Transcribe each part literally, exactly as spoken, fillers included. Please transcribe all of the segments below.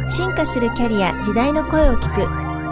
進化するキャリア、時代の声を聞く。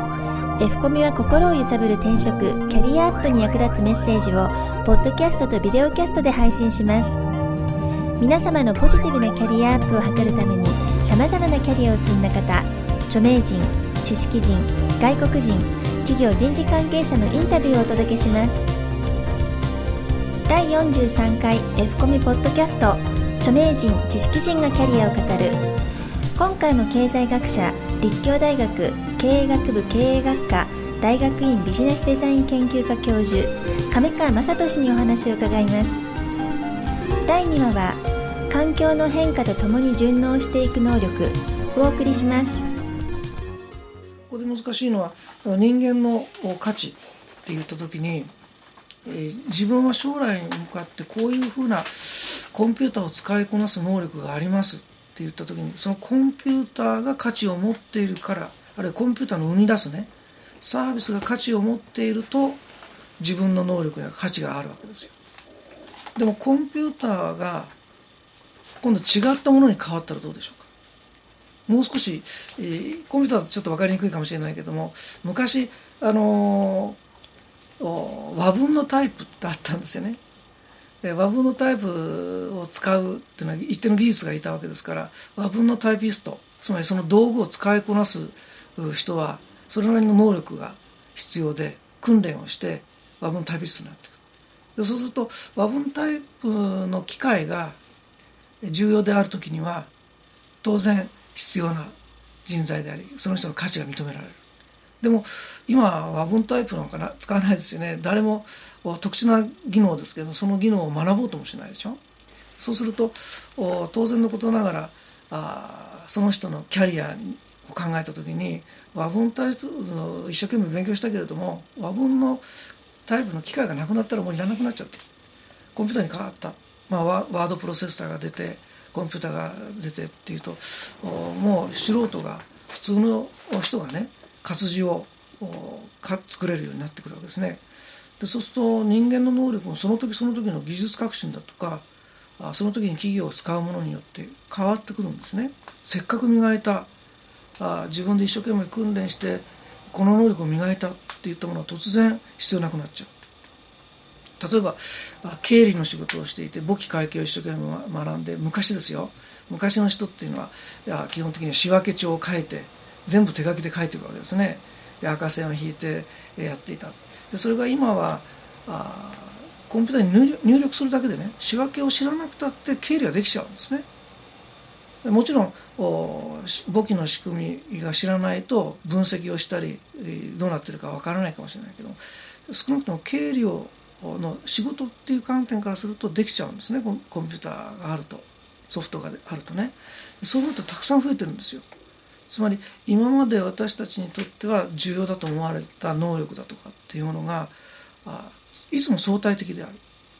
F コミは心を揺さぶる転職、キャリアアップに役立つメッセージをポッドキャストとビデオキャストで配信します。皆様のポジティブなキャリアアップを図るために様々なキャリアを積んだ方、著名人、知識人、外国人、企業人事関係者のインタビューをお届けします。だいよんじゅうさんかい F コミポッドキャスト、著名人、知識人がキャリアを語る。今回も経済学者、立教大学経営学部経営学科大学院ビジネスデザイン研究科教授、亀川雅俊にお話を伺います。だいにわは環境の変化とともに順応していく能力をお送りします。 ここで難しいのは人間の価値って言った時に、えー、自分は将来に向かってこういうふうなコンピューターを使いこなす能力がありますって言った時に、そのコンピューターが価値を持っているから、あるいはコンピューターの生み出すねサービスが価値を持っていると自分の能力には価値があるわけですよ。でもコンピューターが今度違ったものに変わったらどうでしょうか。もう少し、えー、コンピューターとちょっと分かりにくいかもしれないけども、昔あのー、和文のタイプってあったんですよね。和文のタイプを使うっていうのは一定の技術がいたわけですから、和文のタイピスト、つまりその道具を使いこなす人はそれなりの能力が必要で、訓練をして和文タイピストになっていく。でそうすると和文タイプの機械が重要であるときには当然必要な人材であり、その人の価値が認められる。でも今は和文タイプなんかな使わないですよね。誰も特殊な技能ですけど、その技能を学ぼうともしないでしょ。そうすると当然のことながらあその人のキャリアを考えた時に、和文タイプを一生懸命勉強したけれども和文のタイプの機械がなくなったらもういらなくなっちゃった。コンピューターに変わった、まあ、ワードプロセッサーが出てコンピューターが出てっていうと、もう素人が普通の人がね活字を作れるようになってくるわけですね。でそうすると人間の能力もその時その時の技術革新だとか、その時に企業を使うものによって変わってくるんですね。せっかく磨いた、あ自分で一生懸命訓練してこの能力を磨いたっていったものは突然必要なくなっちゃう。例えば経理の仕事をしていて簿記会計を一生懸命学んで、昔ですよ、昔の人っていうのはいや基本的には仕分け帳を書いて全部手書きで書いていくわけですね。で赤線を引いてやっていた。でそれが今はあコンピューターに入力、入力するだけでね、仕分けを知らなくたって経理ができちゃうんですね。もちろん簿記の仕組みが知らないと分析をしたりどうなってるかわからないかもしれないけど、少なくとも経理をの仕事っていう観点からするとできちゃうんですね。コンピューターがあると、ソフトがあるとね。そういうのってたくさん増えてるんですよ。つまり今まで私たちにとっては重要だと思われた能力だとかっていうものがいつも相対的である。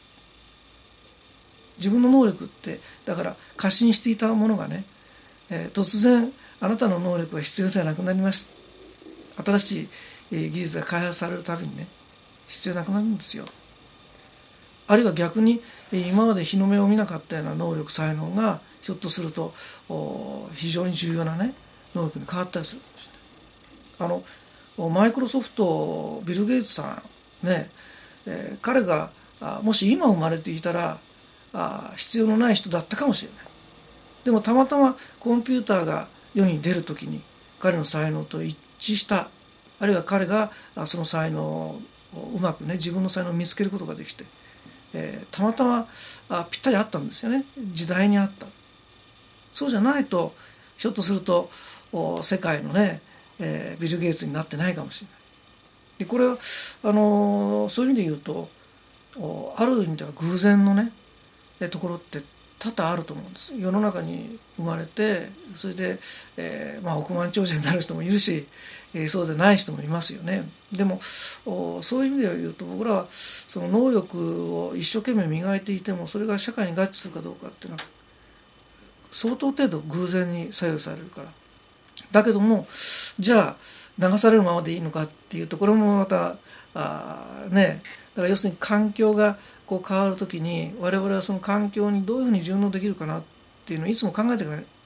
自分の能力ってだから過信していたものがね、えー、突然あなたの能力が必要じゃなくなります。新しい、えー、技術が開発されるたびにね必要なくなるんですよ。あるいは逆に今まで日の目を見なかったような能力才能がひょっとすると非常に重要なね能力に変わったりするかもしれない。あのマイクロソフトビル・ゲイツさんね、えー、彼がもし今生まれていたらあ必要のない人だったかもしれない。でもたまたまコンピューターが世に出るときに彼の才能と一致した、あるいは彼がその才能をうまくね自分の才能を見つけることができて、えー、たまたまあぴったり合ったんですよね。時代に合った。そうじゃないとひょっとすると世界のね、えー、ビル・ゲイツになってないかもしれない。でこれはあのー、そういう意味で言うとある意味では偶然のねところって多々あると思うんです。世の中に生まれてそれで、えーまあ、億万長者になる人もいるし、えー、そうでない人もいますよね。でもそういう意味で言うと僕らはその能力を一生懸命磨いていてもそれが社会に合致するかどうかっていうのは相当程度偶然に左右されるから。だけどもじゃあ流されるままでいいのかっていうところもまたあね、だから要するに環境がこう変わるときに我々はその環境にどういうふうに順応できるかなっていうのをいつも考えていか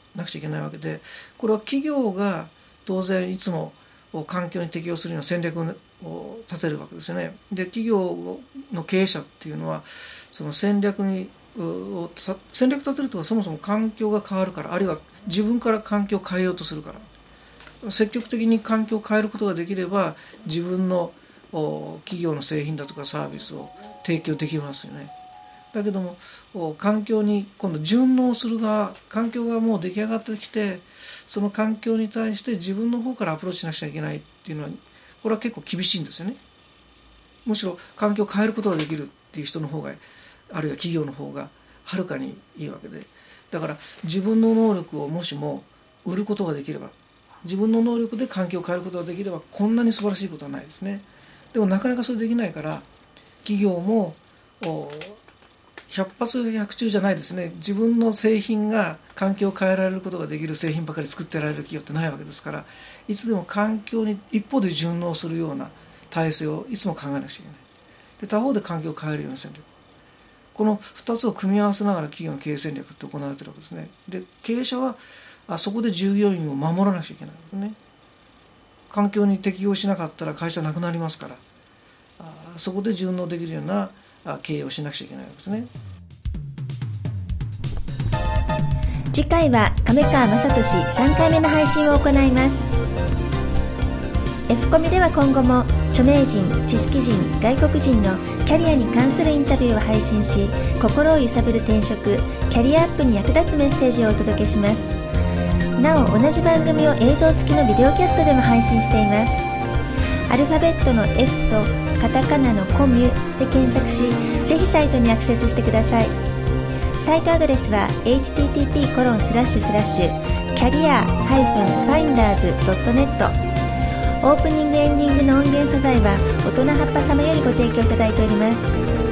なくちゃいけないわけで、これは企業が当然いつも環境に適応するような戦略を立てるわけですよね。で企業の経営者っていうのはその戦略にを戦略立てるとはそもそも環境が変わるから、あるいは自分から環境を変えようとするから、積極的に環境を変えることができれば自分の企業の製品だとかサービスを提供できますよね。だけども環境に今度順応する側、環境がもう出来上がってきて、その環境に対して自分の方からアプローチしなくちゃいけないっていうのは、これは結構厳しいんですよね。むしろ環境を変えることができるっていう人の方が、あるいは企業の方がはるかにいいわけで、だから自分の能力をもしも売ることができれば、自分の能力で環境を変えることができれば、こんなに素晴らしいことはないですね。でもなかなかそれできないから、企業も百発百中じゃないですね。自分の製品が環境を変えられることができる製品ばかり作ってられる企業ってないわけですから、いつでも環境に一方で順応するような体制をいつも考えなくちゃいけない。で他方で環境を変えるような戦略、このふたつを組み合わせながら企業の経営戦略って行われているわけですね。で経営者はあそこで従業員を守らなくちゃいけないわけですね。環境に適応しなかったら会社なくなりますから、あそこで順応できるような経営をしなくちゃいけないわけですね。 次回は亀川雅俊さんかいめの配信を行います。 F コミでは今後も著名人、知識人、外国人のキャリアに関するインタビューを配信し、心を揺さぶる転職、キャリアアップに役立つメッセージをお届けします。なお同じ番組を映像付きのビデオキャストでも配信しています。アルファベットの F とカタカナのコミュで検索し、ぜひサイトにアクセスしてください。サイトアドレスは エイチティーティーピーコロンスラッシュスラッシュキャリア ハイフンファインダーズドットネット。オープニングエンディングの音源素材は大人葉っぱ様よりご提供いただいております。